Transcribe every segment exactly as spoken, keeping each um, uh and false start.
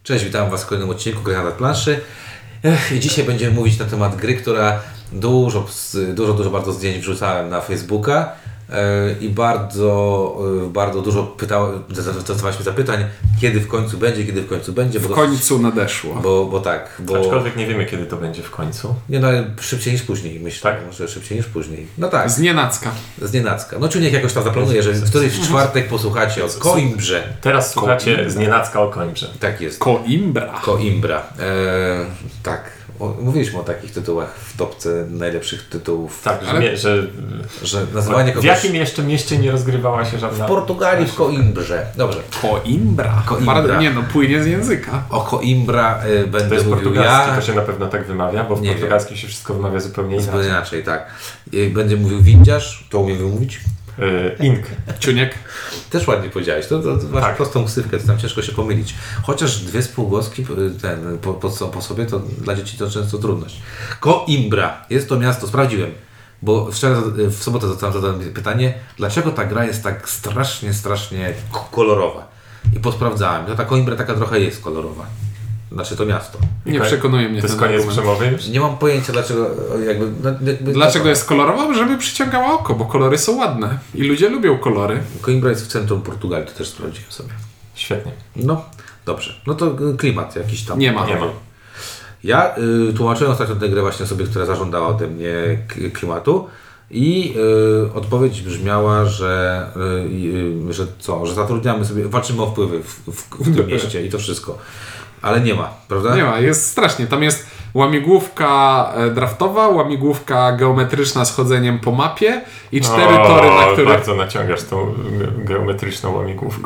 Cześć, witam Was w kolejnym odcinku Gry na planszy. Ech, dzisiaj będziemy mówić na temat gry, która dużo, dużo, dużo bardzo zdjęć wrzucałem na Facebooka yy, i bardzo, yy, bardzo dużo pytałem, zadawaliśmy zapytań, kiedy w końcu będzie, kiedy w końcu będzie. W bo końcu to, nadeszło. Bo, bo tak. Bo, Aczkolwiek nie wiemy, kiedy to będzie w końcu. Nie, no ale szybciej niż później, myślę. Tak? Może szybciej niż później. No tak. Z nienacka. Z nienacka. No Czuniek jakoś tam zaplanuje, że w któryś w czwartek posłuchacie o Coimbrze. Teraz słuchacie z nienacka o Coimbrze. Tak jest. Coimbra. Coimbra. Eee, tak. O, mówiliśmy o takich tytułach w topce najlepszych tytułów. Tak, ale... że, że nazywanie kogoś... W jakim jeszcze mieście nie rozgrywała się żadna... W Portugalii, w Coimbrze. Dobrze. Coimbra. Coimbra. Nie no, płynie z języka. O Coimbra y, będę to jest mówił portugalski, ja. to się na pewno tak wymawia, bo w nie portugalskim wiem. się wszystko wymawia zupełnie inaczej. Zupełnie inaczej, tak. Y, będę mówił windziarz, to umiem wymówić. Yy, ink. Ciuniek. Też ładnie powiedziałeś, to, to, to masz tak. prostą ksywkę, to tam ciężko się pomylić. Chociaż dwie spółgłoski ten, po, po, po sobie, to dla dzieci to często trudność. Coimbra, jest to miasto, sprawdziłem, bo wczoraj, w sobotę zadałem pytanie, dlaczego ta gra jest tak strasznie, strasznie kolorowa. I posprawdzałem, to ta Coimbra taka trochę jest kolorowa. Znaczy to miasto. Nie tak. przekonuje mnie to ten jest koniec argument. przemowy już? Nie mam pojęcia dlaczego jakby... No, jakby dlaczego jest kolorowa? Żeby przyciągała oko, bo kolory są ładne. I ludzie lubią kolory. Coimbra jest w centrum Portugalii, to też sprawdziłem sobie. Świetnie. No, dobrze. No to klimat jakiś tam. Nie ma. Nie ma. Ja y, tłumaczyłem ostatnio tę grę właśnie osobie, która zażądała ode mnie k- klimatu i y, odpowiedź brzmiała, że, y, y, że co, że zatrudniamy sobie, walczymy o wpływy w, w, w tym mieście i to wszystko. Ale nie ma, prawda? Nie ma, jest strasznie. Tam jest łamigłówka draftowa, łamigłówka geometryczna z chodzeniem po mapie i cztery o, tory, na których... bardzo naciągasz tą geometryczną łamigłówkę.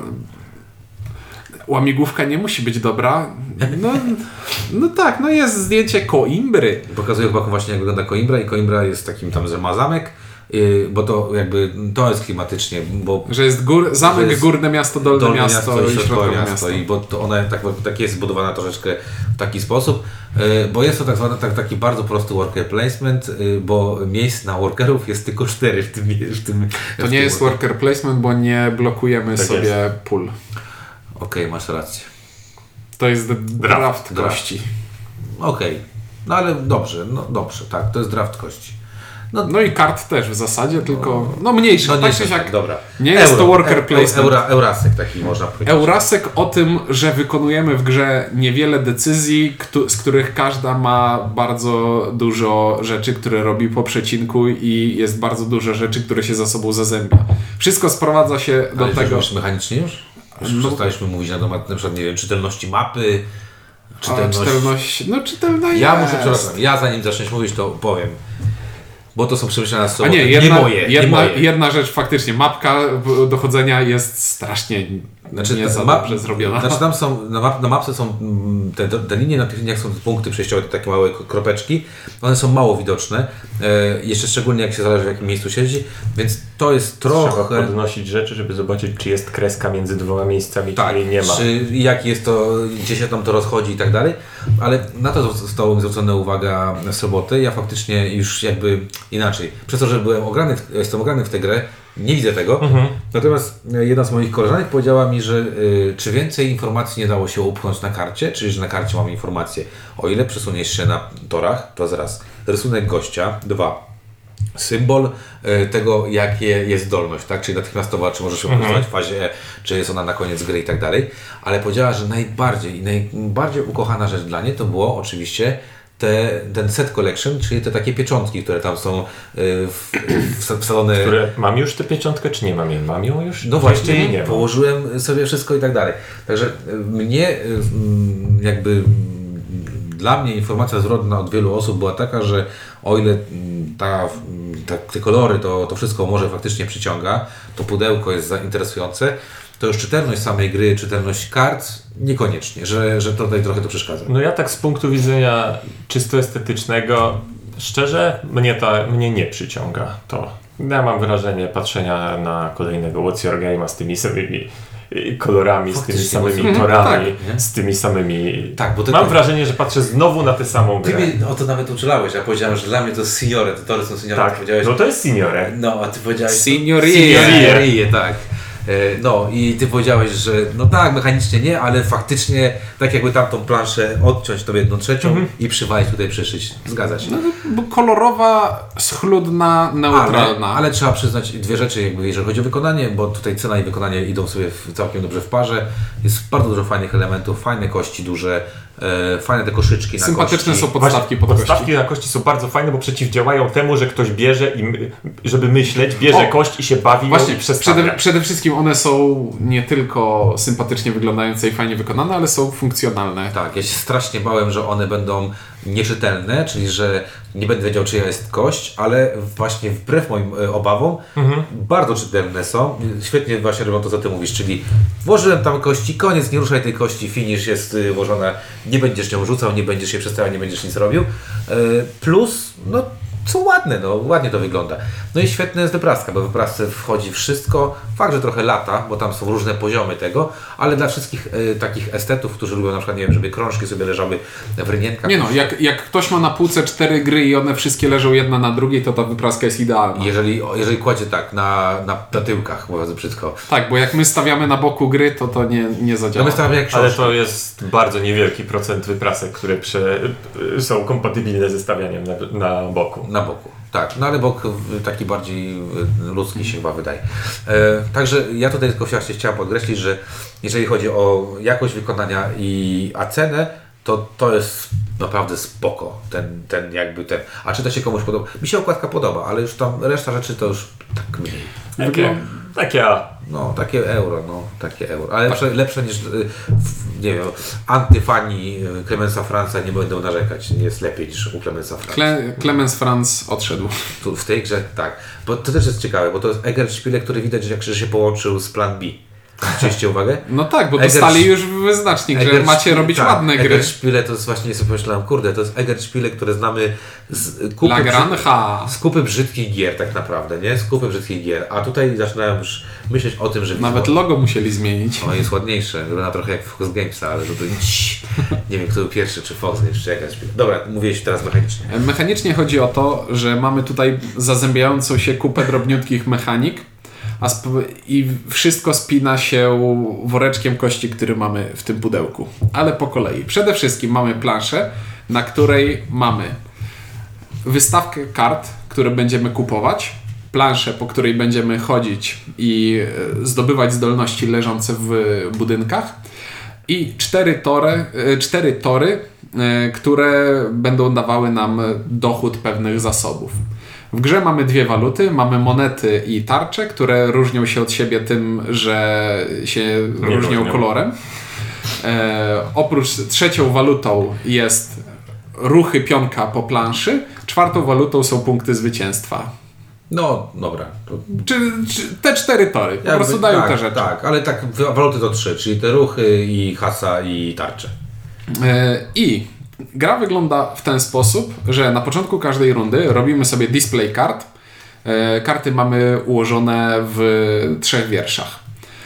Łamigłówka nie musi być dobra. No, no tak, no jest zdjęcie Coimbry. Pokazuję chłopakom właśnie, jak wygląda Coimbra i Coimbra jest takim tam, że ma zamek, yy, bo to jakby, to jest klimatycznie, bo... Że jest gór, zamek, jest górne miasto, dolne, dolne miasto, miasto i środkowe miasto. miasto. I bo to ona tak, tak jest zbudowana troszeczkę w taki sposób, yy, bo jest to tak zwany tak, taki bardzo prosty worker placement, yy, bo miejsc na workerów jest tylko cztery w tym... W tym to w nie tym jest worker placement, bo nie blokujemy tak sobie jest. pól. Okej, okay, masz rację. To jest draft, draft kości. Okej, okay. No ale dobrze, no dobrze, tak, to jest draft kości. No, no i kart też w zasadzie, tylko no mniejszy. No nie tak jest jak tak, dobra. Nie jest Euro, to worker e, placement. Eura, Eurasek taki można powiedzieć. Eurasek o tym, że wykonujemy w grze niewiele decyzji, z których każda ma bardzo dużo rzeczy, które robi po przecinku i jest bardzo dużo rzeczy, które się za sobą zazębia. Wszystko sprowadza się do ale tego... Ale mechanicznie już? Już no. Przestaliśmy mówić na temat na przykład, nie wiem, czytelności mapy, czytelność... A, czytelność... No czytelna jest. Ja muszę, przepraszam, ja zanim zaczniesz mówić, to powiem. Bo to są przemyślane słowa. A nie, jedna, nie moje. Jedna, nie moje. jedna rzecz faktycznie, mapka dochodzenia jest strasznie znaczy, nie za map, dobrze zrobiona. Znaczy tam są, na, map, na mapce są te, te linie, na tych liniach są punkty przejściowe, te takie małe kropeczki. One są mało widoczne. E, jeszcze szczególnie jak się zależy w jakim miejscu siedzi, więc to jest trochę... Trzeba podnosić rzeczy, żeby zobaczyć, czy jest kreska między dwoma miejscami, tak, której nie ma. Czy jak jest to, gdzie się tam to rozchodzi i tak dalej. Ale na to zostało mi zwrócona uwaga w sobotę. Ja faktycznie już jakby inaczej. Przez to, że byłem ograny w, jestem ograny w tę grę, nie widzę tego. Mhm. Natomiast jedna z moich koleżanek powiedziała mi, że y, czy więcej informacji nie dało się upchnąć na karcie, czyli że na karcie mamy informacje. O ile przesuniesz się na torach, to zaraz rysunek gościa, dwa. Symbol y, tego, jakie jest zdolność, tak? Czyli natychmiastowa, czy możesz ją wykorzystać mhm. w fazie E, czy jest ona na koniec gry i tak dalej. Ale powiedziała, że najbardziej, najbardziej ukochana rzecz dla niej to było oczywiście Te, ten set collection, czyli te takie pieczątki, które tam są y, wsadzone. Które, mam już tę pieczątkę, czy nie mam jej? Mam ją już? No właśnie, nie położyłem sobie wszystko i tak dalej. Także mnie y, jakby dla mnie informacja zwrotna od wielu osób była taka, że o ile ta, ta, te kolory, to, to wszystko może faktycznie przyciąga, to pudełko jest zainteresujące, to już czytelność samej gry, czytelność kart niekoniecznie, że, że tutaj trochę to przeszkadza. No ja tak z punktu widzenia czysto estetycznego, szczerze, mnie, to, mnie nie przyciąga to. Ja mam wrażenie patrzenia na kolejnego What's Your Game'a z tymi samymi kolorami, faktycznie, z tymi samymi mm, torami, tak, z tymi samymi... Tak, bo to mam to... wrażenie, że patrzę znowu na tę samą grę. Ty mnie o to nawet uczulałeś, ja powiedziałem, że dla mnie to jest Signore, te tory są Signore. Tak, powiedziałeś, no to jest Signore. No, a ty powiedziałeś... Signorie. Signorie, tak. No i ty powiedziałeś, że no tak, mechanicznie nie, ale faktycznie tak jakby tamtą planszę odciąć tą jedną trzecią mhm. i przywalić tutaj przyszyć. Zgadza się. No, bo kolorowa, schludna, neutralna. Ale, ale trzeba przyznać dwie rzeczy, jakby jeżeli chodzi o wykonanie, bo tutaj cena i wykonanie idą sobie w, całkiem dobrze w parze. Jest bardzo dużo fajnych elementów, fajne kości duże, e, fajne te koszyczki na Sympatyczne kości. są podstawki pod Podstawki kości. na kości są bardzo fajne, bo przeciwdziałają temu, że ktoś bierze i my, żeby myśleć, bierze O, kość i się bawi. Właśnie, i przestawia. przede, przede wszystkim one są nie tylko sympatycznie wyglądające i fajnie wykonane, ale są funkcjonalne. Tak, ja się strasznie bałem, że one będą nieczytelne, czyli że nie będę wiedział, czyja jest kość, ale właśnie wbrew moim e, obawom mhm. bardzo czytelne są. Świetnie właśnie robią to, co ty mówisz, czyli włożyłem tam kości, koniec, nie ruszaj tej kości, finish jest y, włożona, nie będziesz nią rzucał, nie będziesz się przestawiał, nie będziesz nic robił. E, plus, no są ładne, no ładnie to wygląda. No i świetna jest wypraska, bo w wyprasce wchodzi wszystko, fakt, że trochę lata, bo tam są różne poziomy tego, ale dla wszystkich e, takich estetów, którzy lubią na przykład, nie wiem, żeby krążki sobie leżały w rynienkach. Nie no, jak, jak ktoś ma na półce cztery gry i one wszystkie leżą jedna na drugiej, to ta wypraska jest idealna. Jeżeli, jeżeli kładzie tak, na, na, na tyłkach, mówiąc brzydko. Tak, bo jak my stawiamy na boku gry, to to nie, nie zadziała. No my stawiamy jak Ale książki. to jest bardzo niewielki procent wyprasek, które prze, są kompatybilne ze stawianiem na, na boku. Na boku, tak. No ale bok taki bardziej ludzki się chyba wydaje. E, także ja tutaj tylko właśnie chciałem podkreślić, że jeżeli chodzi o jakość wykonania i a cenę, to to jest naprawdę spoko. Ten, ten jakby ten. A czy to się komuś podoba? Mi się okładka podoba, ale już tam reszta rzeczy to już tak mniej. Takie, takie A. No, takie euro, no, takie euro. Ale lepsze, lepsze niż, w, nie wiem, antyfani Clemensa Franza nie będą narzekać. Jest lepiej niż u Clemensa Franza. Cle, Clemens Franz odszedł. Tu, w tej grze tak. Bo to też jest ciekawe, bo to jest Eggerspiele, który widać, jak że się połączył z Plan B. Zwróciliście uwagę? No tak, bo Eger- dostali już wyznacznik, że Eggerspiele- macie robić tak, ładne gry. Eggerspiele to jest właśnie, sobie pomyślałem, kurde, to jest Eggerspiele, które znamy z kupy, La Granja. z kupy brzydkich gier tak naprawdę, nie? Z kupy brzydkich gier. A tutaj zaczynałem już myśleć o tym, że... Nawet logo musieli zmienić. O, jest ładniejsze, wygląda trochę jak Fox Gamesa, ale to, to nie wiem, kto był pierwszy, czy Fox Games, czy jakaś... Dobra, mówiłeś teraz mechanicznie. Mechanicznie chodzi o to, że mamy tutaj zazębiającą się kupę drobniutkich mechanik, a sp- i wszystko spina się woreczkiem kości, który mamy w tym pudełku. Ale po kolei. Przede wszystkim mamy planszę, na której mamy wystawkę kart, które będziemy kupować, planszę, po której będziemy chodzić i zdobywać zdolności leżące w budynkach i cztery tory, cztery tory, które będą dawały nam dochód pewnych zasobów. W grze mamy dwie waluty, mamy monety i tarcze, które różnią się od siebie tym, że się Nie różnią różnią. kolorem. E, oprócz trzecią walutą jest ruchy pionka po planszy, czwartą walutą są punkty zwycięstwa. No, dobra. To... Czy, czy te cztery tory, po Jakby- prostu dają tak, te rzeczy. Tak, ale tak, waluty to trzy, czyli te ruchy i hasa i tarcze. E, I gra wygląda w ten sposób, że na początku każdej rundy robimy sobie display kart. E, karty mamy ułożone w trzech wierszach.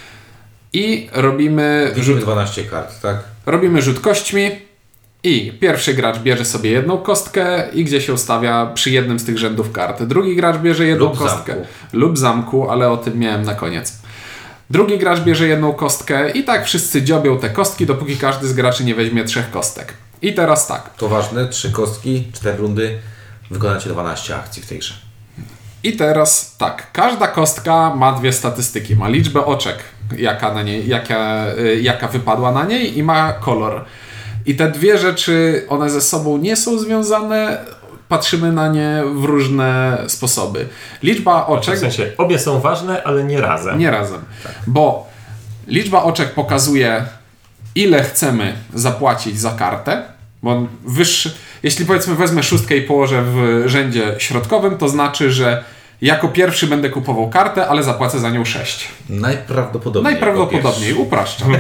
I robimy Widzimy rzut, dwanaście kart, tak? robimy rzut kośćmi i pierwszy gracz bierze sobie jedną kostkę i gdzie się ustawia przy jednym z tych rzędów kart. Drugi gracz bierze jedną Lub kostkę. zamku. Lub zamku, ale o tym miałem na koniec. Drugi gracz bierze jedną kostkę i tak wszyscy dziobią te kostki, dopóki każdy z graczy nie weźmie trzech kostek. I teraz tak. To ważne, trzy kostki, cztery rundy, wykonacie dwanaście akcji w tej grze. I teraz tak. Każda kostka ma dwie statystyki. Ma liczbę oczek, jaka, na niej, jaka, y, jaka wypadła na niej i ma kolor. I te dwie rzeczy, one ze sobą nie są związane, patrzymy na nie w różne sposoby. Liczba oczek... W sensie, obie są ważne, ale nie razem. Nie razem. Bo liczba oczek pokazuje, ile chcemy zapłacić za kartę, bo wyższy, jeśli powiedzmy wezmę szóstkę i położę w rzędzie środkowym, to znaczy, że jako pierwszy będę kupował kartę, ale zapłacę za nią sześć. Najprawdopodobniej. Najprawdopodobniej, upraszczam.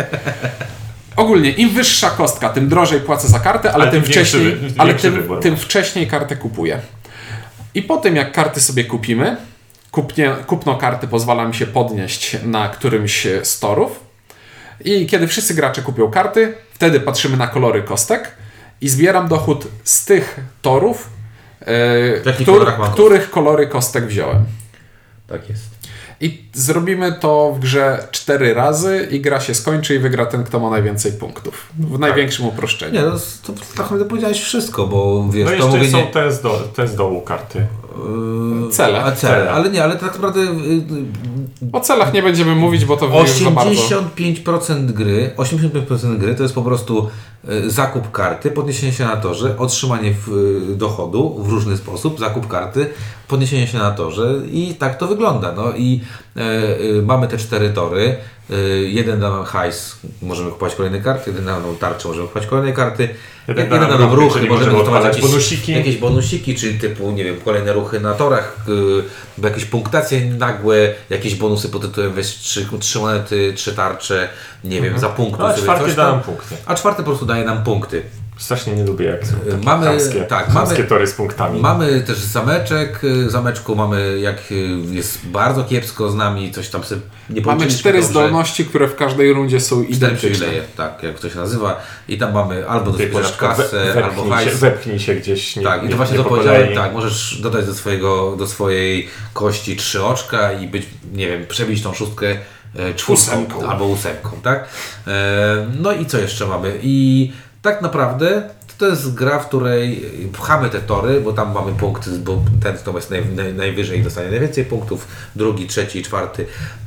Ogólnie, im wyższa kostka, tym drożej płacę za kartę, ale, Ale tym tym większy wcześniej, wy- ale większy tym, wybór tym masz. wcześniej kartę kupuję. I po tym, jak karty sobie kupimy, kupnie, kupno karty pozwala mi się podnieść na którymś z torów. I kiedy wszyscy gracze kupią karty, wtedy patrzymy na kolory kostek i zbieram dochód z tych torów, W jakich yy, kolorach mam których kolory kostek wziąłem. Tak jest. I zrobimy to w grze cztery razy i gra się skończy i wygra ten, kto ma najwięcej punktów. W największym uproszczeniu. Nie, no to tak naprawdę powiedziałeś wszystko, bo wiesz, No to jeszcze mówię są nie... te z, do, te z dołu karty. Yy, Cele. A cele. Cele. Ale nie, ale tak naprawdę yy, O celach nie będziemy mówić, bo to już za bardzo. osiemdziesiąt pięć procent gry, osiemdziesiąt pięć procent gry to jest po prostu y, zakup karty, podniesienie się na torze, otrzymanie w, y, dochodu w różny sposób, zakup karty, podniesienie się na torze i tak to wygląda. No i y, y, mamy te cztery tory. Y, jeden da nam hajs, możemy kupować kolejne karty, jeden da nam tarczę, możemy kupować kolejne karty, Jeden jeden da da nam nam ruchy, ruchy, czyli możemy możemy dostawać odpalać jakieś bonusiki. jakieś bonusiki, czyli typu, nie wiem, kolejne ruchy na torach, yy, jakieś punktacje nagłe, jakieś bonusy pod tytułem weź trzy, trzy monety, trzy tarcze, nie wiem, za punkty. No, a sobie czwarty coś da tam. nam punkty. A czwarty po prostu daje nam punkty. Strasznie nie lubię, jak są takie Mamy- chamskie, tak, chamskie mamy- tory z punktami. Mamy też zameczek, w zameczku mamy, jak jest bardzo kiepsko z nami, coś tam sobie nie Mamy policzyliśmy cztery dobrze. zdolności, które w każdej rundzie są Cztery identyczne. przywileje, tak, jak to się nazywa. I tam mamy albo Typ, że na dosyć przykład kasę, we- albo wepchnij się, hajs. wepchnij się gdzieś. Nie, Tak, i nie, to właśnie nie to po powiedziałem, kolei. tak, możesz dodać do, swojego, do swojej kości trzy oczka i być, nie wiem, przebić tą szóstkę e, czwórką Ósemką. albo ósemką, tak? E, no i co jeszcze mamy? I tak naprawdę to jest gra, w której pchamy te tory, bo tam mamy punkty, bo ten, kto jest naj, naj, najwyżej dostanie najwięcej punktów, drugi, trzeci, czwarty,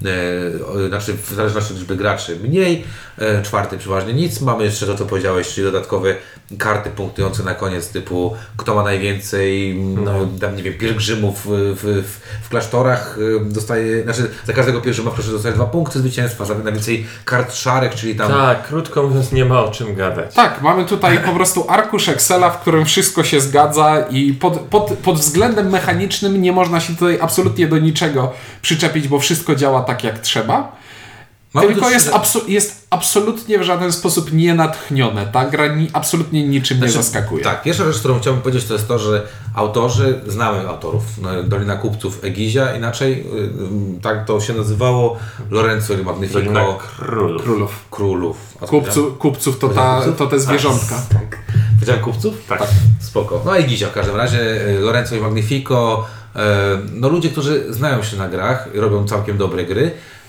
e, znaczy w zależności od liczby graczy mniej, e, czwarty przeważnie nic. Mamy jeszcze to, co powiedziałeś, czyli dodatkowe karty punktujące na koniec, typu kto ma najwięcej, no, tam nie wiem, pielgrzymów w, w, w, w klasztorach e, dostaje, znaczy za każdego pielgrzyma w klasztorze dostaje dwa punkty zwycięstwa, za najwięcej kart szarych, czyli tam... Tak, krótko mówiąc, nie ma o czym gadać. Tak, mamy tutaj po prostu arkusz Excela, w którym wszystko się zgadza i pod, pod, pod względem mechanicznym nie można się tutaj absolutnie do niczego przyczepić, bo wszystko działa tak jak trzeba. Mamy Tylko tu jest, trzy- absu- jest absolutnie w żaden sposób nienatchnione. Ta gra ni- absolutnie niczym nie Znaczy, zaskakuje. Tak, pierwsza rzecz, którą chciałbym powiedzieć, to jest to, że autorzy, znamy autorów, no, Dolina Kupców Egizia, inaczej y, y, tak to się nazywało, Lorenzo il Magnifico, Dolina Królów. Królów. Królów. A Kupcu, kupców to, Powiedziałem ta, kupców? to te zwierzątka. Tak. Powiedziałem kupców? Tak. Spoko. No i Egizia w każdym razie, y, Lorenzo il Magnifico, y, no ludzie, którzy znają się na grach, robią całkiem dobre gry.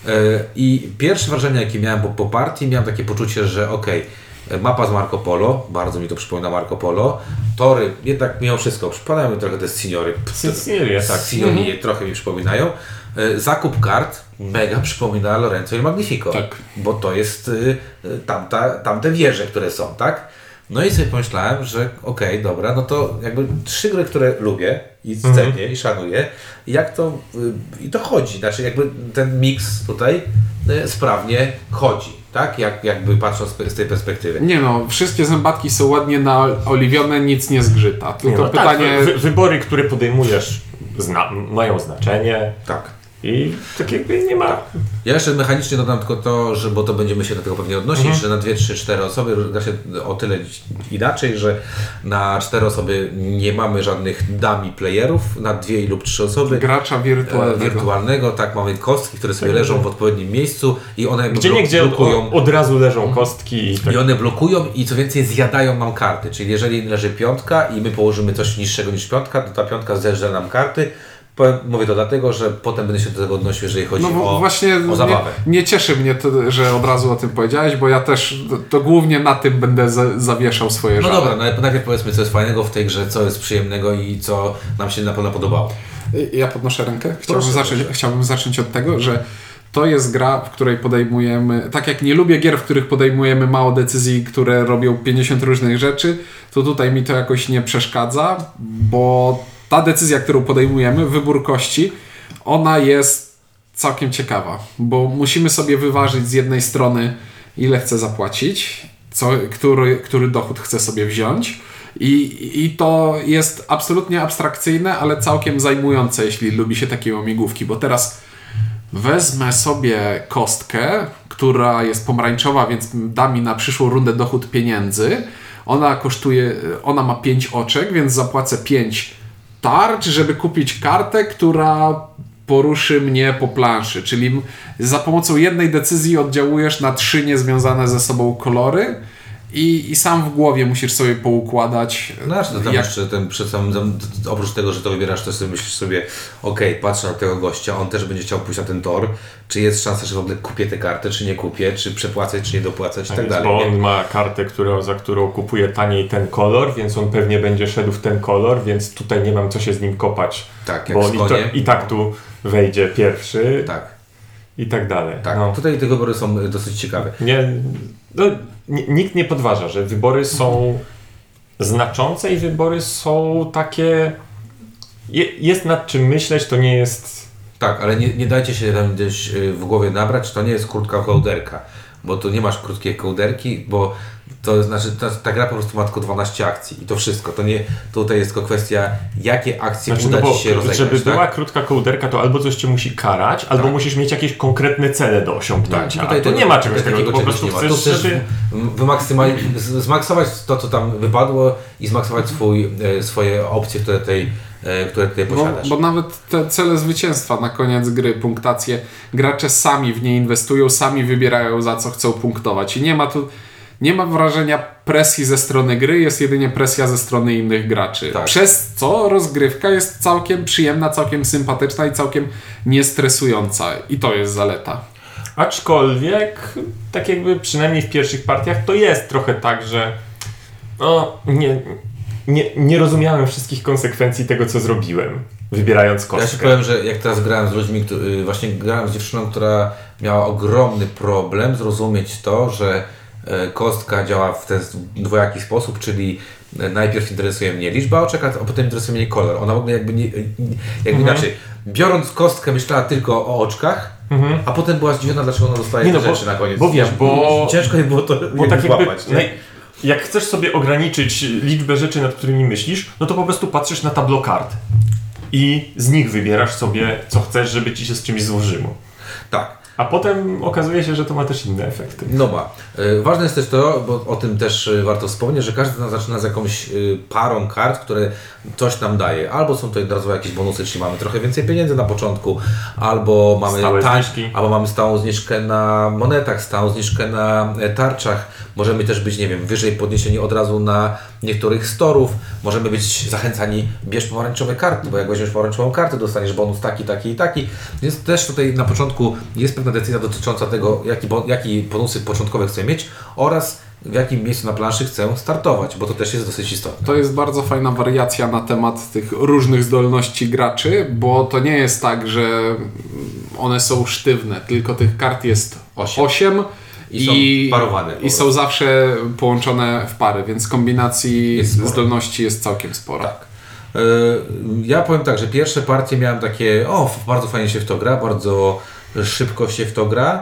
I pierwsze wrażenie, jakie miałem po, po partii, miałem takie poczucie, że okej, okay, mapa z Marco Polo, bardzo mi to przypomina Marco Polo, tory, jednak mimo wszystko, przypominają mi trochę te Signory. Signorie, tak. Signory mhm. trochę mi przypominają. Zakup kart mega przypomina Lorenzo il Magnifico, Tak. bo to jest tamta, tamte wieże, które są, tak? No i sobie pomyślałem, że okej, okay, dobra, no to jakby trzy gry, które lubię i cenię mm-hmm. i szanuję, jak to i to chodzi, znaczy jakby ten miks tutaj y, sprawnie chodzi, tak? Jak, jakby patrząc z tej perspektywy. Nie no, wszystkie zębatki są ładnie naoliwione, nic nie zgrzyta. Tylko Nie, no pytanie... tak, wy, wybory, które podejmujesz zna, mają znaczenie. Tak. I tak jakby nie ma. Ja jeszcze mechanicznie dodam tylko to, że, bo to będziemy się do tego pewnie odnosić, Mhm. że na dwie, trzy, cztery osoby da się o tyle inaczej, że na cztery osoby nie mamy żadnych dummy playerów, na dwie lub trzy osoby Gracza wirtualnego. e, wirtualnego, tak, mamy kostki, które sobie leżą w odpowiednim miejscu i one Gdzie blok- niegdzie blokują. od, od razu leżą kostki i tak. I one blokują i co więcej zjadają nam karty, czyli jeżeli leży piątka i my położymy coś niższego niż piątka, to ta piątka zjeżdża nam karty. Powiem, mówię to dlatego, że potem będę się do tego odnosił, jeżeli chodzi No o, właśnie o zabawę. Nie, nie cieszy mnie to, że od razu o tym powiedziałeś, bo ja też to, to głównie na tym będę za, zawieszał swoje No żale. dobra, no najpierw powiedzmy, co jest fajnego w tej grze, co jest przyjemnego i co nam się na pewno podobało. Ja podnoszę rękę. Chciałbym, Proszę, zacząć, proszę. chciałbym zacząć od tego, że to jest gra, w której podejmujemy, tak jak nie lubię gier, w których podejmujemy mało decyzji, które robią pięćdziesiąt różnych rzeczy, to tutaj mi to jakoś nie przeszkadza, bo ta decyzja, którą podejmujemy, wybór kości, ona jest całkiem ciekawa, bo musimy sobie wyważyć z jednej strony, ile chcę zapłacić, co, który, który dochód chcę sobie wziąć. I, I to jest absolutnie abstrakcyjne, ale całkiem zajmujące, jeśli lubi się takie łamigłówki, bo teraz wezmę sobie kostkę, która jest pomarańczowa, więc da mi na przyszłą rundę dochód pieniędzy. Ona kosztuje, ona ma pięć oczek, więc zapłacę pięć tarcz, żeby kupić kartę, która poruszy mnie po planszy. Czyli za pomocą jednej decyzji oddziałujesz na trzy niezwiązane ze sobą kolory I, I sam w głowie musisz sobie poukładać. Znaczy, to tam jak... jeszcze ten przed samym, oprócz tego, że to wybierasz, to sobie myślisz sobie, okej, okay, patrzę na tego gościa, on też będzie chciał pójść na ten tor, czy jest szansa, że w ogóle kupię tę kartę, czy nie kupię, czy przepłacać, czy nie dopłacać i tak dalej. Bo on ma kartę, którą, za którą kupuje taniej ten kolor, więc on pewnie będzie szedł w ten kolor, więc tutaj nie mam co się z nim kopać. Tak, jak bo w i, to, i tak tu wejdzie pierwszy. Tak. I tak dalej. Tak, no. Tutaj te wybory są dosyć ciekawe. Nie, no, nikt nie podważa, że wybory są znaczące i wybory są takie... Je, jest nad czym myśleć, to nie jest... Tak, ale nie, nie dajcie się tam gdzieś w głowie nabrać, to nie jest krótka kołderka, bo tu nie masz krótkiej kołderki, bo to znaczy ta, ta gra po prostu ma tylko dwanaście akcji i to wszystko. To nie, tutaj jest tylko kwestia, jakie akcje znaczy, uda no bo, Ci się rozegrać. Żeby tak? była krótka kołderka, to albo coś Cię musi karać, albo tak. musisz mieć jakieś konkretne cele do osiągnięcia. Tak, to nie ma czegoś takiego, po prostu nie ma. chcesz, Tu chcesz żeby... wymaksymaliz- zmaksować to, co tam wypadło i zmaksować swój, swoje opcje, które tutaj, które tutaj posiadasz. Bo, bo nawet te cele zwycięstwa na koniec gry, punktacje, gracze sami w nie inwestują, sami wybierają, za co chcą punktować. I nie ma tu nie ma wrażenia presji ze strony gry, jest jedynie presja ze strony innych graczy. Tak. Przez co rozgrywka jest całkiem przyjemna, całkiem sympatyczna i całkiem niestresująca. I to jest zaleta. Aczkolwiek, tak jakby przynajmniej w pierwszych partiach, to jest trochę tak, że no, nie, nie, nie rozumiałem wszystkich konsekwencji tego, co zrobiłem, wybierając kostkę. Ja ci powiem, że jak teraz grałem z ludźmi, który, właśnie grałem z dziewczyną, która miała ogromny problem zrozumieć to, że kostka działa w ten dwojaki sposób, czyli najpierw interesuje mnie liczba oczek, a potem interesuje mnie kolor. Ona w ogóle jakby, nie, jakby mhm. inaczej, biorąc kostkę myślała tylko o oczkach, mhm. a potem była zdziwiona, dlaczego ona dostaje nie te no, rzeczy bo, na koniec. Bo wiesz, bo... Ciężko jej było to bo tak jakby, złapać. naj... Jak chcesz sobie ograniczyć liczbę rzeczy, nad którymi myślisz, no to po prostu patrzysz na tablo kart i z nich wybierasz sobie, co chcesz, żeby ci się z czymś złożyło. Tak. A potem okazuje się, że to ma też inne efekty. No ma. Yy, ważne jest też to, bo o tym też yy, warto wspomnieć, że każdy z nas zaczyna z jakąś yy, parą kart, które coś nam daje. Albo są to jednorazowe jakieś bonusy, czyli mamy trochę więcej pieniędzy na początku, albo mamy stałe tań, zniżki. albo mamy stałą zniżkę na monetach, stałą zniżkę na e, tarczach. Możemy też być, nie wiem, wyżej podniesieni od razu na niektórych storów. Możemy być zachęcani, bierz pomarańczowe karty, bo jak weźmiesz pomarańczową kartę, dostaniesz bonus taki, taki i taki. Więc też tutaj na początku jest pewna decyzja dotycząca tego, jaki, bo, jaki bonusy początkowe chcę mieć oraz w jakim miejscu na planszy chcę startować, bo to też jest dosyć istotne. To jest bardzo fajna wariacja na temat tych różnych zdolności graczy, bo to nie jest tak, że one są sztywne, tylko tych kart jest osiem. I są I, parowane. I są zawsze połączone w pary, więc kombinacji jest zdolności jest całkiem sporo. Tak. Ja powiem tak, że pierwsze partie miałem takie, o, bardzo fajnie się w to gra, bardzo szybko się w to gra.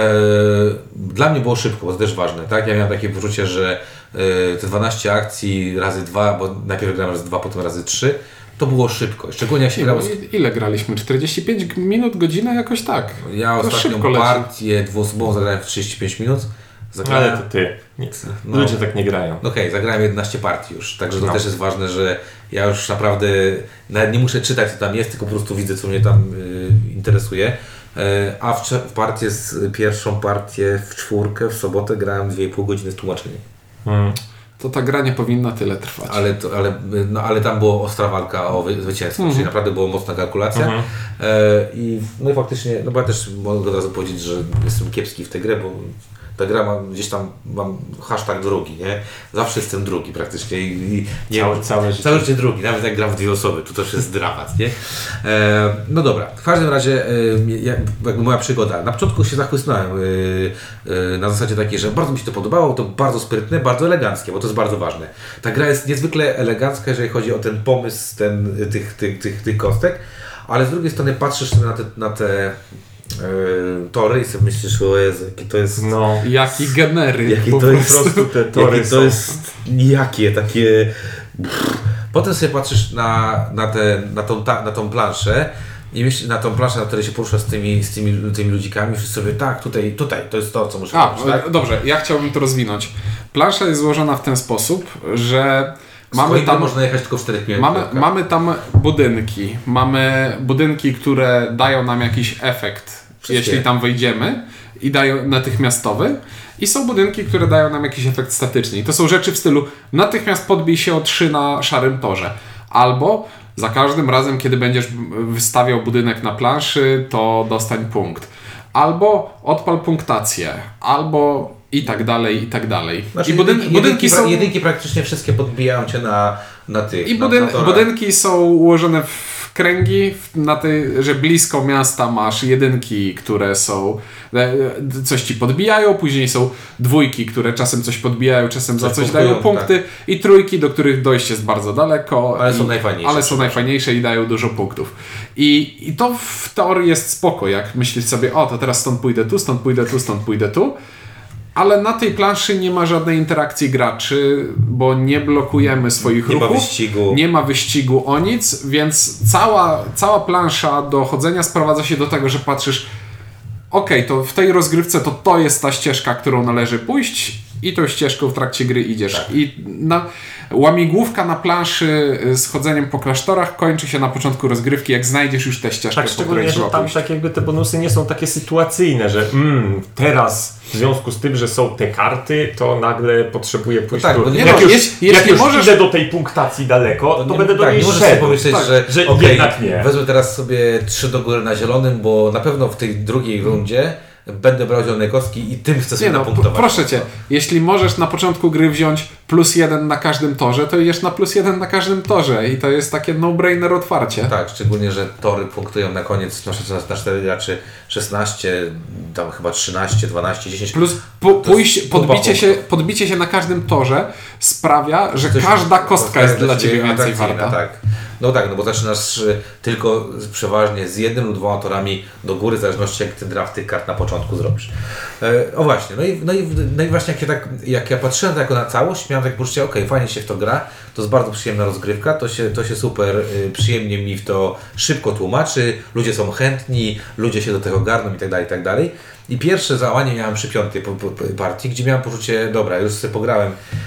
Dla mnie było szybko, bo to też ważne, tak? Ja miałem takie poczucie, że te dwanaście akcji razy dwa, bo najpierw grałem razy dwa, potem razy trzy, to było szybko. Szczególnie jak się grało... Z... Ile graliśmy? czterdzieści pięć minut, godzinę? Jakoś tak. Ja to ostatnią partię dwuosobową zagrałem w trzydzieści pięć minut. Zagrałem... Ale to ty. Nic. No. Ludzie tak nie grają. Okej, okay, zagrałem jedenaście partii już, także to no. też jest ważne, że ja już naprawdę nawet nie muszę czytać, co tam jest, tylko po prostu widzę, co mnie tam y, interesuje. Y, a w, w partię z pierwszą partię w czwórkę, w sobotę grałem dwie i pół godziny z tłumaczeniem. Hmm. To ta gra nie powinna tyle trwać. Ale, to, ale, no, ale tam była ostra walka o wy, zwycięstwo, mm-hmm. czyli naprawdę była mocna kalkulacja. Mm-hmm. E, i, no i faktycznie, no bo ja też mogę od razu powiedzieć, że jestem kiepski w tę grę, bo ta gra ma gdzieś tam, mam hashtag drugi, nie? Zawsze jestem drugi praktycznie. I, i nie, całe, całe, życie. całe życie drugi, nawet jak gram w dwie osoby, to też jest dramat, nie? E, no dobra, w każdym razie e, ja, jakby moja przygoda. Na początku się zachłysnąłem e, e, na zasadzie takiej, że bardzo mi się to podobało, to bardzo sprytne, bardzo eleganckie, bo to jest bardzo ważne. Ta gra jest niezwykle elegancka, jeżeli chodzi o ten pomysł ten, tych, tych, tych, tych kostek, ale z drugiej strony patrzysz na te, na te Yy, tory i sobie myślisz, o Jezu, jakie to jest... No, jaki genery. Jakie to jest, po prostu te tory jakie to jest nijakie, takie... Potem sobie patrzysz na, na, te, na, tą, ta, na tą planszę i myślisz, na tą planszę, na której się porusza z tymi, z tymi, tymi ludzikami, myślisz sobie, tak, tutaj, tutaj, to jest to, co muszę A, robić, tak? Dobrze, ja chciałbym to rozwinąć. Plansza jest złożona w ten sposób, że mamy tam, można jechać tylko w czterech mamy, mamy tam budynki. Mamy budynki, które dają nam jakiś efekt Wszystkie. jeśli tam wejdziemy i dają natychmiastowy. I są budynki, które dają nam jakiś efekt statyczny. I to są rzeczy w stylu natychmiast podbij się o trzy na szarym torze. Albo za każdym razem, kiedy będziesz wystawiał budynek na planszy, to dostań punkt. Albo odpal punktację. Albo i tak dalej, i tak dalej. Znaczy, I budyn- jedynki, budynki są... jedynki praktycznie wszystkie podbijają cię na, na tych. I na, budyn- na torach. budynki są ułożone w kręgi, na tej, że blisko miasta masz jedynki, które są e, coś ci podbijają, później są dwójki, które czasem coś podbijają, czasem za Coś coś punktują, dają punkty tak. i trójki, do których dojść jest bardzo daleko. Ale i, są najfajniejsze. Ale są najfajniejsze i dają dużo punktów. I, I to w teorii jest spoko, jak myślisz sobie, o to teraz stąd pójdę tu, stąd pójdę tu, stąd pójdę tu. Ale na tej planszy nie ma żadnej interakcji graczy, bo nie blokujemy swoich Nie ma ruchów. wyścigu. Nie ma wyścigu o nic, więc cała, cała plansza do chodzenia sprowadza się do tego, że patrzysz, okej, to w tej rozgrywce to to jest ta ścieżka, którą należy pójść i tą ścieżką w trakcie gry idziesz. Tak. I na, łamigłówka na planszy z chodzeniem po klasztorach kończy się na początku rozgrywki, jak znajdziesz już tę ścieżkę, Tak, po której szczególnie, że trzeba tam pójść. tak jakby te bonusy nie są takie sytuacyjne, że mm, teraz w związku z tym, że są te karty, to nagle potrzebuję pójść No tak, tu. bo nie jak ma- już, jeśli- jak jeśli już możesz- idę do tej punktacji daleko, to, nie- będę do tak, niej nie możesz sobie szedł. pomyśleć, Tak, że, że okej, jednak nie. wezmę teraz sobie trzy do góry na zielonym, bo na pewno w tej drugiej rundzie będę brał zielone kostki i tym chcę sobie Nie no, napunktować. proszę Cię, jeśli możesz na początku gry wziąć plus jeden na każdym torze, to idziesz na plus jeden na każdym torze i to jest takie no-brainer otwarcie. Tak, szczególnie, że tory punktują na koniec na, na cztery graczy szesnaście, tam chyba trzynaście, dwanaście, dziesięć. Plus po, To pójść, jest kupa podbicie, się, punktów. podbicie się na każdym torze sprawia, że Coś- każda kostka jest dla Ciebie więcej atrakcyjna, warta. Tak. No tak, no bo zaczynasz y, tylko z- przeważnie z jednym lub dwoma torami do góry, w zależności jak ty draft tych kart na początku zrobisz. E, o właśnie, no i, no, i, no i właśnie jak ja, tak, jak ja patrzyłem tak na całość, miałem takie poczucie, okej, fajnie się w to gra, to jest bardzo przyjemna rozgrywka, to się, to się super y, przyjemnie mi w to szybko tłumaczy, ludzie są chętni, ludzie się do tego garną i tak dalej, i tak dalej. I pierwsze załamanie miałem przy piątej po, po, po partii, gdzie miałem poczucie, dobra, już sobie pograłem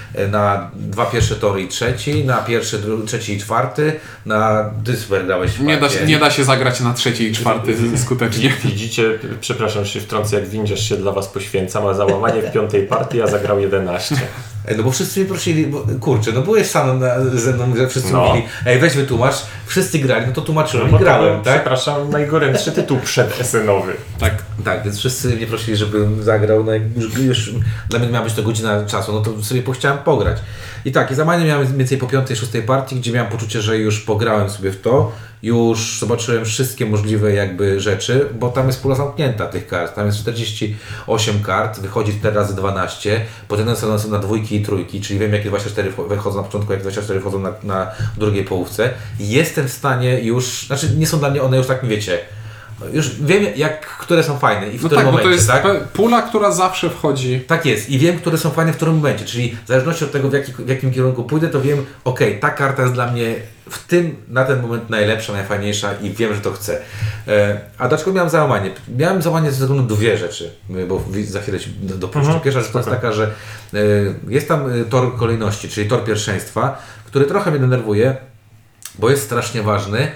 na dwa pierwsze tory i trzeci, na pierwszy, drugi, trzeci i czwarty, na ty super grałeś w Nie da, partii. się, nie da się zagrać na trzeci i czwarty skutecznie. Widzicie, przepraszam, że się wtrącę, jak windziarz się dla was poświęcam, a załamanie w piątej partii, a zagrał jedenaście. Ej, no bo wszyscy mnie prosili, bo, kurczę, no byłeś sam na, ze mną, że wszyscy No. mówili, ej weź wytłumacz, wszyscy grali, no to tłumaczyłem bo i to, grałem, tak? Przepraszam, najgorętszy tytuł przedesenowy. Tak. Tak, więc wszyscy mnie prosili, żebym zagrał, no jak już, już dla mnie miała być to godzina czasu, no to sobie chciałem pograć. I tak, i załamanie miałem mniej więcej po piątej, szóstej partii, gdzie miałem poczucie, że już pograłem sobie w to, już zobaczyłem wszystkie możliwe jakby rzeczy, bo tam jest pula zamknięta tych kart, tam jest czterdzieści osiem kart, wychodzi cztery razy dwanaście, potem są na, na dwójki i trójki, czyli wiem jakie dwadzieścia cztery wychodzą na początku, jakie dwadzieścia cztery wchodzą na, na drugiej połówce. I jestem w stanie już, znaczy nie są dla mnie one już tak, wiecie, już wiem jak, które są fajne i w No którym tak, bo momencie, to jest tak? pe- pula, która zawsze wchodzi. Tak jest i wiem, które są fajne w którym momencie, czyli w zależności od tego, w, jaki, w jakim kierunku pójdę, to wiem, okej, ta karta jest dla mnie w tym, na ten moment najlepsza, najfajniejsza i wiem, że to chcę. E, a dlaczego miałem załamanie? Miałem załamanie ze względu na dwie rzeczy, bo za chwilę się dopuszczę. Mhm, Pierwsza rzecz to jest taka, że e, jest tam e, tor kolejności, czyli tor pierwszeństwa, który trochę mnie denerwuje, bo jest strasznie ważny,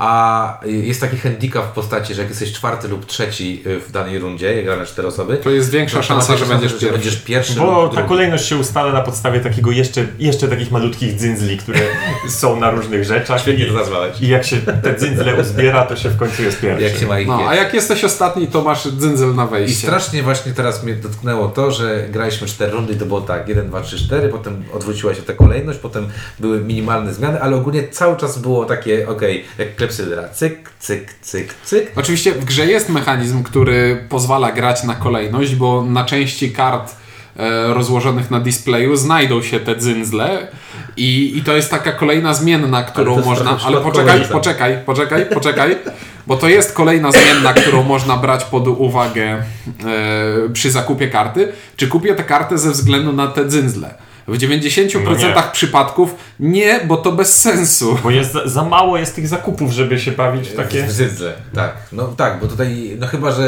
a jest taki handicap w postaci, że jak jesteś czwarty lub trzeci w danej rundzie, jak gramy cztery osoby, To jest większa to szansa, masz że szansę, będziesz że pierwszy. będziesz pierwszy Bo lub ta drugi. kolejność się ustala na podstawie takiego jeszcze, jeszcze takich malutkich dzyndzli, które są na różnych rzeczach. Świetnie I, to nazwałeś. I jak się te dzyndzle uzbiera, to się w końcu jest pierwszy. Jak się ma ich No, jest. a jak jesteś ostatni, to masz dzyndzel na I wejście. strasznie właśnie teraz mnie dotknęło to, że graliśmy cztery rundy i to było tak, jeden, dwa, trzy, cztery, potem odwróciła się ta kolejność, potem były minimalne zmiany, ale ogólnie cały czas było takie, okej, jak klepsydra, cyk, cyk, cyk, cyk. Oczywiście w grze jest mechanizm, który pozwala grać na kolejność, bo na części kart e, rozłożonych na displayu znajdą się te dzyndzle i, i to jest taka kolejna zmienna, którą to jest można... trochę Ale przypadkowe poczekaj, czasem. poczekaj, poczekaj, poczekaj, bo to jest kolejna zmienna, którą można brać pod uwagę e, przy zakupie karty. Czy kupię tę kartę ze względu na te dzyndzle? W dziewięćdziesięciu procentach No nie. przypadków nie, bo to bez sensu. Bo jest za, za mało jest tych zakupów, żeby się bawić w takie... W zydle, tak. No tak, bo tutaj, no chyba, że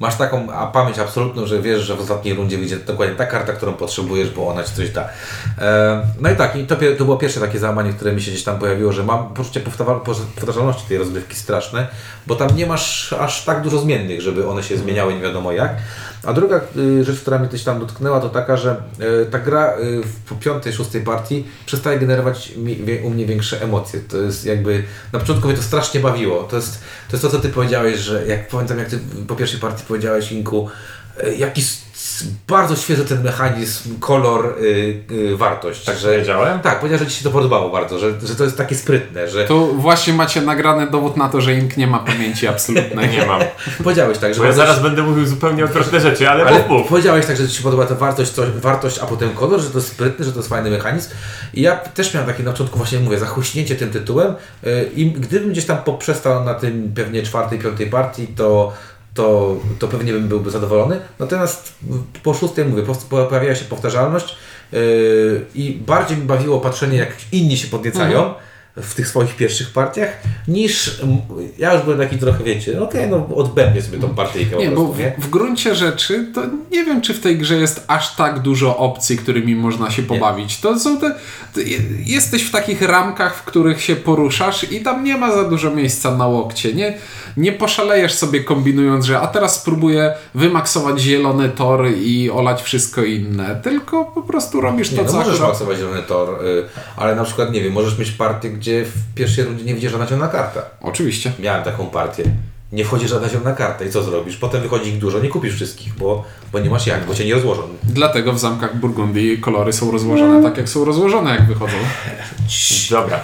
masz taką a pamięć absolutną, że wiesz, że w ostatniej rundzie wyjdzie dokładnie ta karta, którą potrzebujesz, bo ona ci coś da. E, no i tak, i to, to było pierwsze takie załamanie, które mi się gdzieś tam pojawiło, że mam poczucie powtarzalności tej rozgrywki straszne, bo tam nie masz aż tak dużo zmiennych, żeby one się zmieniały nie wiadomo jak. A druga y, rzecz, która mnie gdzieś tam dotknęła, to taka, że y, ta gra y, w piątej, szóstej partii przestaje generować mi, wie, u mnie większe emocje. To jest jakby, na początku mnie to strasznie bawiło. To jest to, jest to co ty powiedziałeś, że jak pamiętam, jak ty po pierwszej partii powiedziałeś, Inku, y, jaki bardzo świeży ten mechanizm, kolor, y, y, wartość. Tak że, powiedziałem? Tak, powiedziałeś, że ci się to podobało bardzo, że, że to jest takie sprytne, że... Tu właśnie macie nagrany dowód na to, że Ink nie ma pamięci absolutnej. Nie mam. Powiedziałeś tak, że... Bo ja wartość... zaraz będę mówił zupełnie odwrotne rzeczy, ale, Ale mów, mów. powiedziałeś tak, że ci się podoba ta wartość, coś, wartość, a potem kolor, że to jest sprytny, że to jest fajny mechanizm. I ja też miałem takie na początku, właśnie mówię, zachłyśnięcie tym tytułem yy, i gdybym gdzieś tam poprzestał na tym pewnie czwartej, piątej partii, to To, to pewnie bym byłby zadowolony. Natomiast po szóstej, mówię, pojawiała się powtarzalność yy, i bardziej mi bawiło patrzenie, jak inni się podniecają mhm. w tych swoich pierwszych partiach, niż ja już byłem taki trochę, wiecie, okej, okay, no odbędę sobie tą partyjkę. Nie, po prostu, bo w, nie? w gruncie rzeczy to nie wiem, czy w tej grze jest aż tak dużo opcji, którymi można się pobawić. Nie. To są te, te... Jesteś w takich ramkach, w których się poruszasz i tam nie ma za dużo miejsca na łokcie. Nie, nie poszalejesz sobie kombinując, że a teraz spróbuję wymaksować zielony tor i olać wszystko inne. Tylko po prostu robisz nie, to, no co możesz akurat... maksować zielony tor, yy, ale na przykład, nie wiem, możesz mieć partię, gdzie w pierwszej rundzie nie wyjdzie żadna zielona karta. Oczywiście. Miałem taką partię. Nie wchodzi żadna zielona karta i co zrobisz? Potem wychodzi ich dużo, nie kupisz wszystkich, bo, bo nie masz jak, bo cię nie rozłożą. Dlatego w zamkach Burgundii kolory są rozłożone tak, jak są rozłożone, jak wychodzą. Dobra.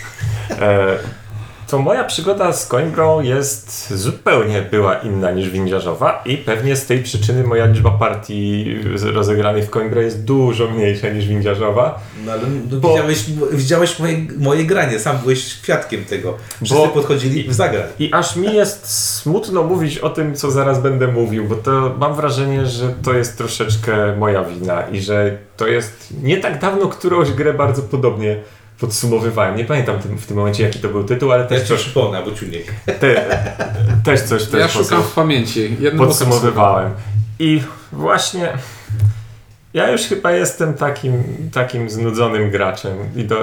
E, to moja przygoda z Coinbrą jest zupełnie była inna niż windiarzowa i pewnie z tej przyczyny moja liczba partii rozegranych w Coinbrę jest dużo mniejsza niż windiarzowa. No ale no, bo... widziałeś, widziałeś moje, moje granie, sam byłeś świadkiem tego. Wszyscy bo... podchodzili w zagrać. I aż mi jest smutno mówić o tym, co zaraz będę mówił, bo to mam wrażenie, że to jest troszeczkę moja wina i że to jest nie tak dawno którąś grę bardzo podobnie podsumowywałem. Nie pamiętam tym, w tym momencie, jaki to był tytuł, ale też ja coś... przypomnę, albo ciuniek. Te, też coś też ja szukam w pamięci. Jednym podsumowywałem. I właśnie ja już chyba jestem takim, takim znudzonym graczem. I do,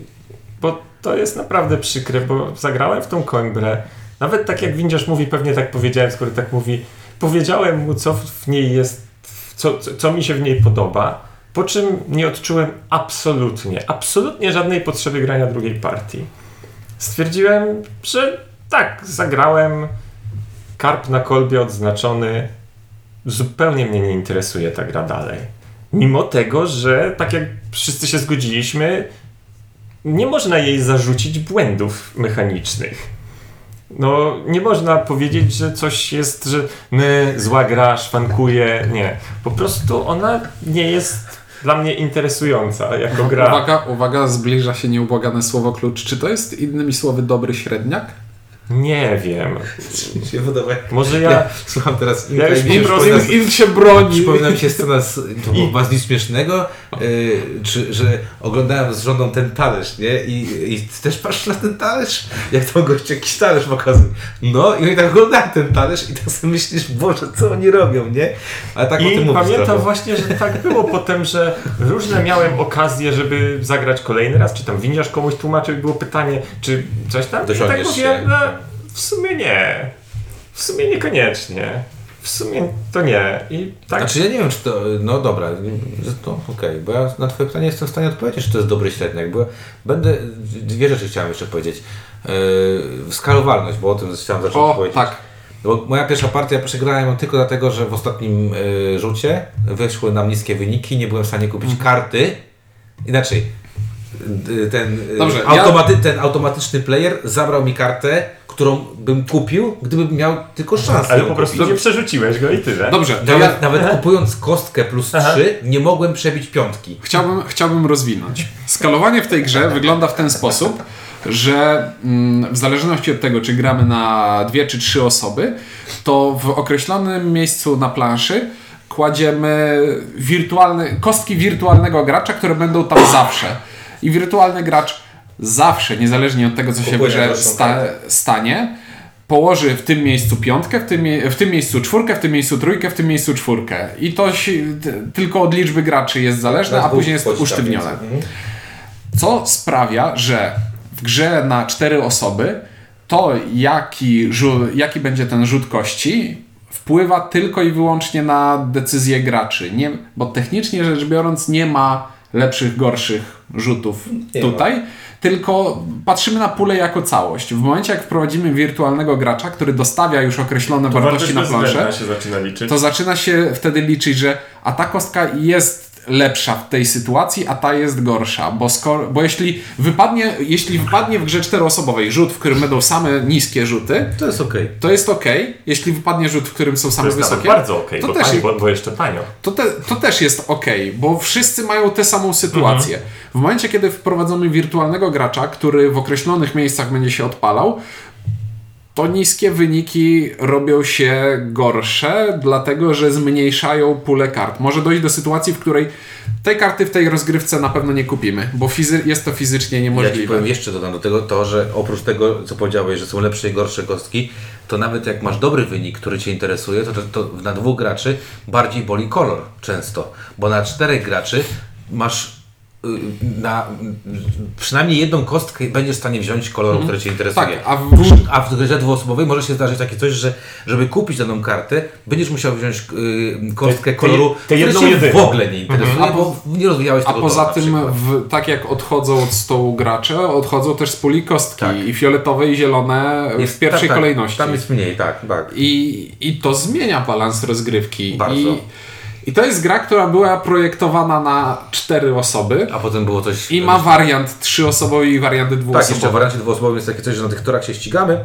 bo to jest naprawdę przykre, bo zagrałem w tą Coinbrę. Nawet tak jak windiarz mówi, pewnie tak powiedziałem, skoro tak mówi, powiedziałem mu, co w niej jest, co, co, co mi się w niej podoba. Po czym nie odczułem absolutnie, absolutnie żadnej potrzeby grania drugiej partii. Stwierdziłem, że tak, zagrałem, karp na kolbie odznaczony, zupełnie mnie nie interesuje ta gra dalej. Mimo tego, że tak jak wszyscy się zgodziliśmy, nie można jej zarzucić błędów mechanicznych. No, nie można powiedzieć, że coś jest, że my, zła gra, szwankuje. Nie. Po prostu ona nie jest dla mnie interesująca jako gra. Uwaga, uwaga, zbliża się nieubłagane słowo klucz. Czy to jest innymi słowy dobry średniak? Nie wiem. się podoba. Może ja... ja słucham teraz... Ja już im, prostu... im, im się broni. Przypomina mi się scena z, to I... was nic śmiesznego, yy, czy, że oglądałem z żoną ten talerz, nie? I, i też patrz na ten talerz? Jak to gość jakiś talerz pokazuje. No i oni tak oglądają ten talerz i tak sobie myślisz, Boże, co oni robią, nie? Ale tak I o tym pamiętam trochę. właśnie, że tak było potem, że różne miałem okazje, żeby zagrać kolejny raz, czy tam windiarz komuś tłumaczył, było pytanie, czy coś tam? I tak mówię, no, w sumie nie. W sumie niekoniecznie. W sumie to nie. I tak... Znaczy ja nie wiem, czy to... No dobra, to okej, okay, bo ja na twoje pytanie jestem w stanie odpowiedzieć, czy to jest dobry średniak, bo będę... Dwie rzeczy chciałem jeszcze powiedzieć. Yy, skalowalność, bo o tym chciałem zacząć o, powiedzieć. tak. Bo moja pierwsza partia przegrałem ją tylko dlatego, że w ostatnim yy, rzucie wyszły nam niskie wyniki, nie byłem w stanie kupić karty. Inaczej, ten, Dobrze, automaty, ja... ten automatyczny player zabrał mi kartę, którą bym kupił, gdybym miał tylko szansę. Ale po prostu nie przerzuciłeś go i tyle. Dobrze, nawet, ja... nawet kupując kostkę plus trzy, nie mogłem przebić piątki. Chciałbym, chciałbym rozwinąć. Skalowanie w tej grze wygląda w ten sposób, że mm, w zależności od tego, czy gramy na dwie czy trzy osoby, to w określonym miejscu na planszy kładziemy wirtualne, kostki wirtualnego gracza, które będą tam zawsze. I wirtualny gracz zawsze, niezależnie od tego, co się w grze sta- stanie, położy w tym miejscu piątkę, w tym, mie- w tym miejscu czwórkę, w tym miejscu trójkę, w tym miejscu czwórkę. I to się, t- tylko od liczby graczy jest zależne, a później jest usztywnione. Co sprawia, że w grze na cztery osoby to jaki, rzu- jaki będzie ten rzut kości wpływa tylko i wyłącznie na decyzję graczy. Nie, bo technicznie rzecz biorąc nie ma lepszych, gorszych rzutów Nie tutaj, ma. Tylko patrzymy na pulę jako całość. W momencie jak wprowadzimy wirtualnego gracza, który dostawia już określone To wartości na planszę, się zaczyna liczyć. to zaczyna się wtedy liczyć, że a ta kostka jest lepsza w tej sytuacji, a ta jest gorsza, bo, skoro, bo jeśli wypadnie, jeśli wypadnie w grze czteroosobowej rzut, w którym będą same niskie rzuty, To jest okej. to jest ok. Jeśli wypadnie rzut, w którym są To same jest nawet wysokie, bardzo okej, to, bo, też, tań- bo, bo jeszcze tanio. to, te, to też jest ok, bo wszyscy mają tę samą sytuację. W momencie, kiedy wprowadzamy wirtualnego gracza, który w określonych miejscach będzie się odpalał, to niskie wyniki robią się gorsze, dlatego że zmniejszają pulę kart. Może dojść do sytuacji, w której tej karty w tej rozgrywce na pewno nie kupimy, bo fizy- jest to fizycznie Ja Ci niemożliwe. powiem jeszcze dodam do tego to, że oprócz tego, co powiedziałeś, że są lepsze i gorsze kostki, to nawet jak masz dobry wynik, który Cię interesuje, to, to, to na dwóch graczy bardziej boli kolor często, bo na czterech graczy masz na przynajmniej jedną kostkę będziesz w stanie wziąć koloru, który Cię interesuje. Tak, a w, A w grze dwuosobowej może się zdarzyć takie coś, że żeby kupić daną kartę, będziesz musiał wziąć y, kostkę Te- te- koloru, te który jedną Cię jedyną. w ogóle nie interesuje, Mhm. bo nie rozwijałeś a tego poza domu, na tym, przykład. w, tak jak odchodzą od stołu gracze, odchodzą też z puli kostki Tak. i fioletowe i zielone w pierwszej tak, tak, kolejności. Tam jest mniej, tak, tak. I, I to zmienia balans rozgrywki. Bardzo. I, I to jest gra, która była projektowana na cztery osoby A potem było coś... i ma wariant trzyosobowy i wariant Tak, dwuosobowy. jeszcze w wariancie dwuosobowym jest takie coś, że na tych torach się ścigamy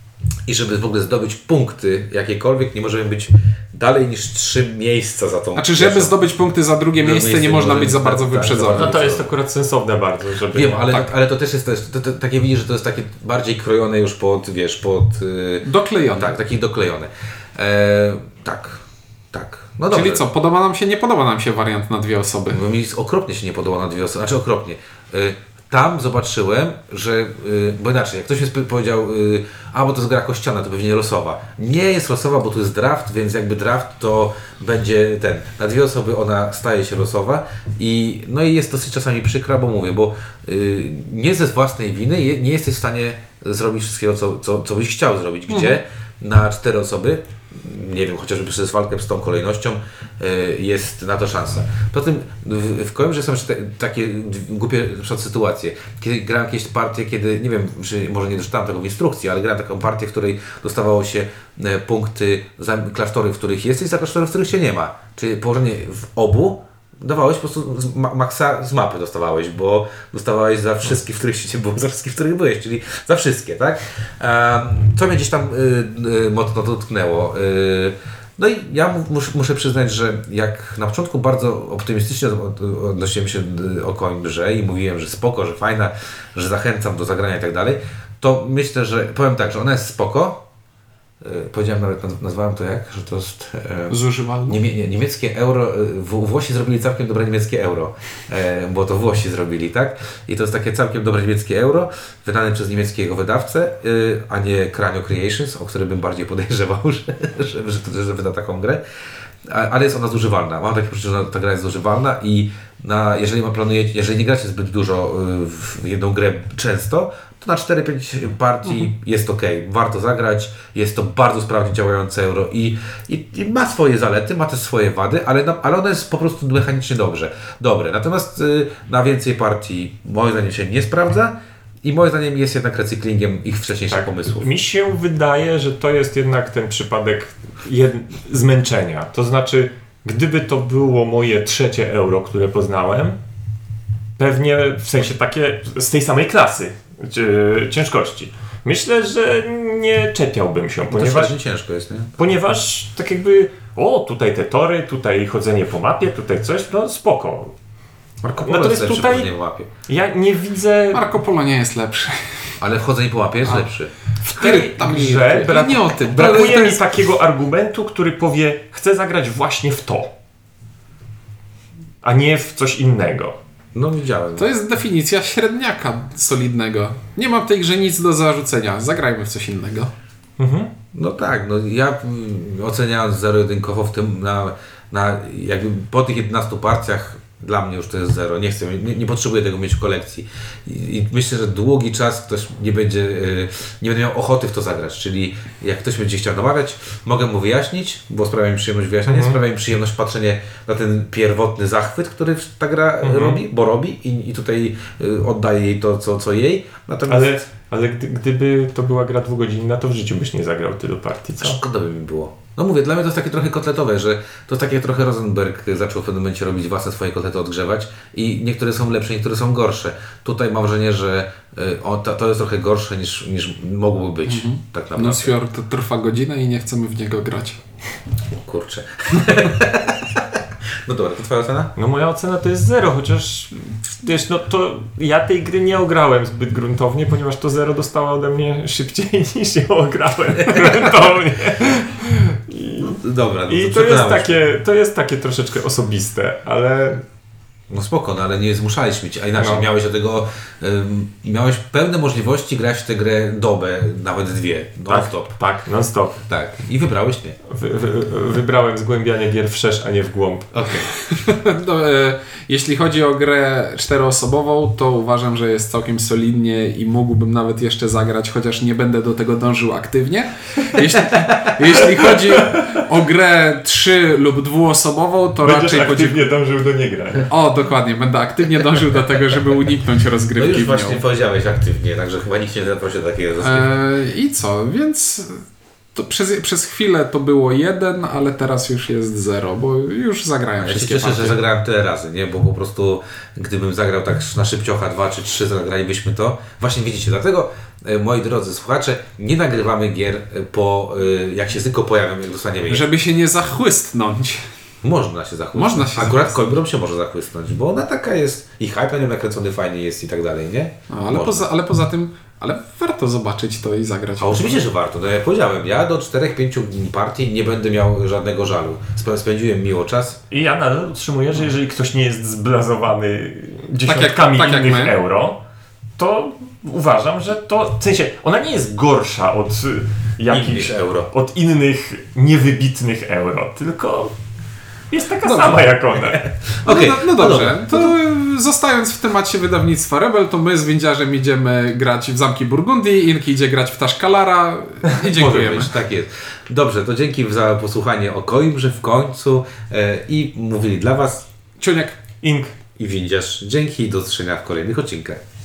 i żeby w ogóle zdobyć punkty jakiekolwiek, nie możemy być dalej niż trzy miejsca za tą Znaczy, żeby pierwszą. zdobyć punkty za drugie Drugie miejsce, miejsce nie nie można może być za być, bardzo tak, tak, wyprzedzony. No to jest akurat sensowne bardzo, żeby... Wiem, ale, tak. ale to też jest też, to, to, takie widzisz, że to jest takie bardziej krojone już pod, wiesz, pod... Yy, Doklejone. tak, takie doklejone. E, tak, tak. No Czyli dobrze. co, podoba nam się, nie podoba nam się wariant na dwie osoby. Bo mi okropnie się nie podoba na dwie osoby, znaczy okropnie. Y, Tam zobaczyłem, że, y, bo inaczej, jak ktoś mi sp- powiedział, y, a bo to jest gra kościana, to pewnie losowa. Nie jest losowa, bo tu jest draft, więc jakby draft to będzie ten, na dwie osoby ona staje się losowa i no i jest dosyć czasami przykra, bo mówię, bo y, nie ze własnej winy je, nie jesteś w stanie zrobić wszystkiego, co, co, co byś chciał zrobić, gdzie na cztery osoby, nie wiem, chociażby przez walkę z tą kolejnością y, jest na to szansa. Poza tym w, w Coimbrze są jeszcze te, takie głupie na przykład sytuacje. Kiedy grałem jakieś partie, kiedy, nie wiem, czy może nie dostałem tego w instrukcji, ale grałem taką partię, w której dostawało się e, punkty za klasztory, w których jesteś, za klasztory, w których się nie ma. Czyli położenie w obu dawałeś po prostu z ma- maksa z mapy dostawałeś, bo dostawałeś za wszystkie, w których się nie było, za wszystkie, w których byłeś, czyli za wszystkie, tak? Um, co mnie gdzieś tam y, y, mocno dotknęło. Y, no i ja mu- mus, muszę przyznać, że jak na początku bardzo optymistycznie od- odnosiłem się y, o Coimbrze i mówiłem, że spoko, że fajna, że zachęcam do zagrania i tak dalej, to myślę, że powiem tak, że ona jest spoko. Y, powiedziałem nawet, naz- nazwałem to jak, że to jest... y, Zużywalne. Niemie, nie, niemieckie euro, w, Włosi zrobili całkiem dobre niemieckie euro, e, bo to Włosi zrobili, tak? I to jest takie całkiem dobre niemieckie euro, wydane przez niemieckiego wydawcę, y, a nie Cranio Creations, o którym bym bardziej podejrzewał, że, że, że, że wyda taką grę. A, ale jest ona zużywalna. Mam takie poczucie, że ta gra jest zużywalna i na, jeżeli ma planujecie, jeżeli nie gracie zbyt dużo y, w jedną grę często, to na cztery pięć partii mhm. jest ok. Warto zagrać, jest to bardzo sprawnie działające euro i, i, i ma swoje zalety, ma też swoje wady, ale, na, ale ono jest po prostu mechanicznie dobrze. dobre. Natomiast y, na więcej partii moim zdaniem się nie sprawdza i moim zdaniem jest jednak recyklingiem ich wcześniejszych Tak, pomysłów. mi się wydaje, że to jest jednak ten przypadek jed... zmęczenia. To znaczy, gdyby to było moje trzecie euro, które poznałem, pewnie w sensie takie z tej samej klasy czy ciężkości. Myślę, że nie czepiałbym się, Ponieważ ponieważ, ciężko jest, nie? ponieważ tak jakby o, tutaj te tory, tutaj chodzenie po mapie, tutaj coś, no spoko. Marco Polo Natomiast jest lepszy tutaj- w chodzeniu po mapie. Ja nie widzę Marco Polo nie jest lepszy. Ale wchodzenie po mapie jest lepszy. w tej Tam nie- grze, to brak, nie o tym. brakuje To mi jest- takiego argumentu, który powie, chcę zagrać właśnie w to, a nie w coś innego. No widziałem. To jest definicja średniaka solidnego. Nie mam w tej grze nic do zarzucenia. Zagrajmy w coś innego. Mhm. No tak, no ja mm, oceniając zero-jedynkowo w tym na, na jakby po tych jedenastu partiach dla mnie już to jest zero. Nie chcę, nie, nie potrzebuję tego mieć w kolekcji. I, I myślę, że długi czas ktoś nie będzie, yy, nie będzie miał ochoty w to zagrać. Czyli jak ktoś będzie chciał namawiać, mogę mu wyjaśnić, bo sprawia mi przyjemność wyjaśnianie, Mhm. sprawia mi przyjemność patrzenie na ten pierwotny zachwyt, który ta gra Mhm. robi, bo robi i, i tutaj yy, oddaje jej to, co, co jej. Natomiast Ale, ale gdy, gdyby to była gra dwugodzinna, to w życiu byś nie zagrał tylu partii, co? szkoda by mi było. No mówię, dla mnie to jest takie trochę kotletowe, że to jest takie trochę Rosenberg zaczął w pewnym momencie robić własne swoje kotlety, odgrzewać i niektóre są lepsze, niektóre są gorsze. Tutaj mam wrażenie, że y, o, to, to jest trochę gorsze niż, niż mogłoby być, Mhm. tak naprawdę. Nosfjord trwa godzinę i nie chcemy w niego grać. Kurczę. No dobra, to twoja ocena? No moja ocena to jest zero, chociaż wiesz, no to ja tej gry nie ograłem zbyt gruntownie, ponieważ to zero dostała ode mnie szybciej niż ją ograłem gruntownie. I, Dobra, no i to, jest przekonałeś mnie. takie, to jest takie troszeczkę osobiste, ale No spoko, no ale nie zmuszaliśmy cię, a inaczej No. miałeś do tego, ym, miałeś pełne możliwości grać w tę grę dobę, nawet dwie, non tak, stop. tak, non stop. Tak, i wybrałeś mnie. Wy, wy, wybrałem zgłębianie gier wszerz, a nie w głąb. Okej. No, e, jeśli chodzi o grę czteroosobową, to uważam, że jest całkiem solidnie i mógłbym nawet jeszcze zagrać, chociaż nie będę do tego dążył aktywnie. Jeśli, jeśli chodzi o grę trzy lub dwuosobową, to Będziesz raczej chodzi... aktywnie dążył do niegrania. O, dokładnie, będę aktywnie dążył do tego, żeby uniknąć No rozgrywki już w nią. właśnie powiedziałeś aktywnie, także chyba nikt nie zaprosił do takiego zespołu. E, I co, więc to przez, przez chwilę to było jeden, ale teraz już jest zero, bo już zagrałem Ja się wszystkie cieszę, partie. że zagrałem tyle razy, nie? Bo po prostu gdybym zagrał tak na szybciocha dwa czy trzy, zagralibyśmy to. Właśnie widzicie, dlatego e, moi drodzy słuchacze, nie nagrywamy gier e, po, e, jak się tylko pojawią, jak dostaniemy je. Żeby się nie zachłystnąć. Można się zachłysnąć. Można się Akurat zachłysnąć. Coimbrom się może zachłysnąć, bo ona taka jest i hype na nią nakręcony fajnie jest i tak dalej, nie? No, ale, Można. poza, ale poza tym, ale warto zobaczyć to i zagrać. A oczywiście, że warto. No jak powiedziałem, ja do czterech pięciu partii nie będę miał żadnego żalu. Sp- Spędziłem miło czas. I ja nadal utrzymuję, że jeżeli ktoś nie jest zblazowany dziesiątkami tak jak innych my. euro, to uważam, że to, w sensie, ona nie jest gorsza od y, jakichś, Innych euro. od innych niewybitnych euro, tylko jest taka Dobrze. sama jak one. Okej, No, no, no dobrze, dobra. to zostając w temacie wydawnictwa Rebel, to my z Windziarzem idziemy grać w Zamki Burgundii, Inki idzie grać w Taszkalara i Może dziękujemy. być, tak jest. Dobrze, to dzięki za posłuchanie o Coimbrze w końcu e, i mówili dla Was Ciuniek. Ink. i Windziarz. Dzięki i do usłyszenia w kolejnych odcinkach.